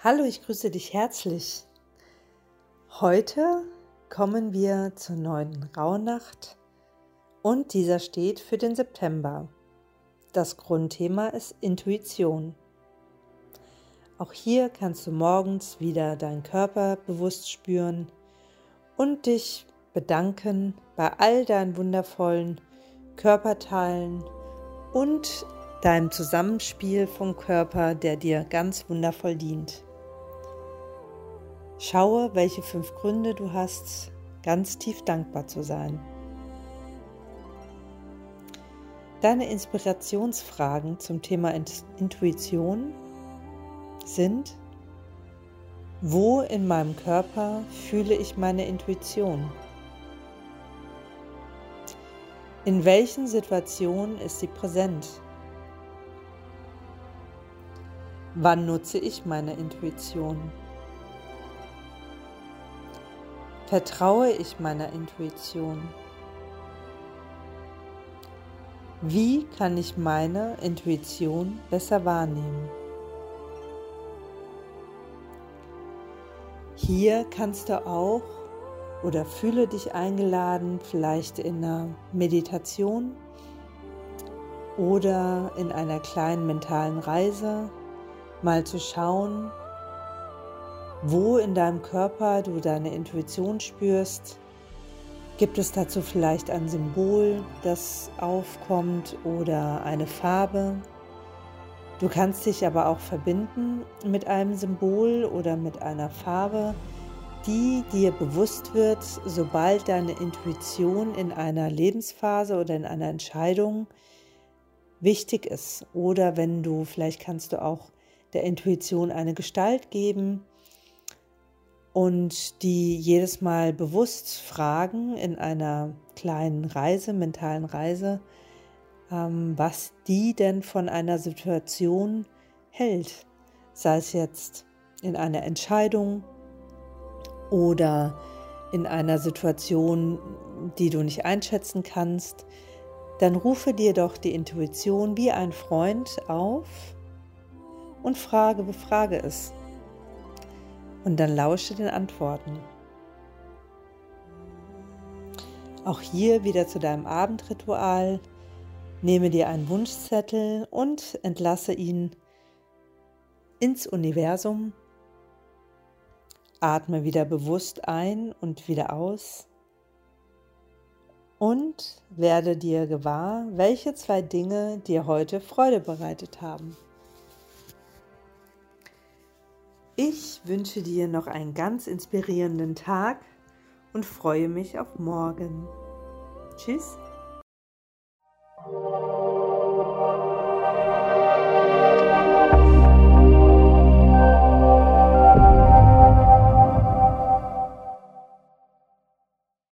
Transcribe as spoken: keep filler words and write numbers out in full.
Hallo, ich grüße dich herzlich. Heute kommen wir zur neunten Rauhnacht und dieser steht für den September. Das Grundthema ist Intuition. Auch hier kannst du morgens wieder deinen Körper bewusst spüren und dich bedanken bei all deinen wundervollen Körperteilen und deinem Zusammenspiel vom Körper, der dir ganz wundervoll dient. Schaue, welche fünf Gründe du hast, ganz tief dankbar zu sein. Deine Inspirationsfragen zum Thema Intuition sind: Wo in meinem Körper fühle ich meine Intuition? In welchen Situationen ist sie präsent? Wann nutze ich meine Intuition? Vertraue ich meiner Intuition? Wie kann ich meine Intuition besser wahrnehmen? Hier kannst du auch oder fühle dich eingeladen, vielleicht in einer Meditation oder in einer kleinen mentalen Reise, mal zu schauen, wo in deinem Körper du deine Intuition spürst. Gibt es dazu vielleicht ein Symbol, das aufkommt, oder eine Farbe? Du kannst dich aber auch verbinden mit einem Symbol oder mit einer Farbe, die dir bewusst wird, sobald deine Intuition in einer Lebensphase oder in einer Entscheidung wichtig ist. Oder wenn du, vielleicht kannst du auch der Intuition eine Gestalt geben und die jedes Mal bewusst fragen in einer kleinen Reise, mentalen Reise, ähm, was die denn von einer Situation hält. Sei es jetzt in einer Entscheidung oder in einer Situation, die du nicht einschätzen kannst. Dann rufe dir doch die Intuition wie ein Freund auf und frage, befrage es. Und dann lausche den Antworten. Auch hier wieder zu deinem Abendritual. Nehme dir einen Wunschzettel und entlasse ihn ins Universum. Atme wieder bewusst ein und wieder aus. Und werde dir gewahr, welche zwei Dinge dir heute Freude bereitet haben. Ich wünsche dir noch einen ganz inspirierenden Tag und freue mich auf morgen. Tschüss.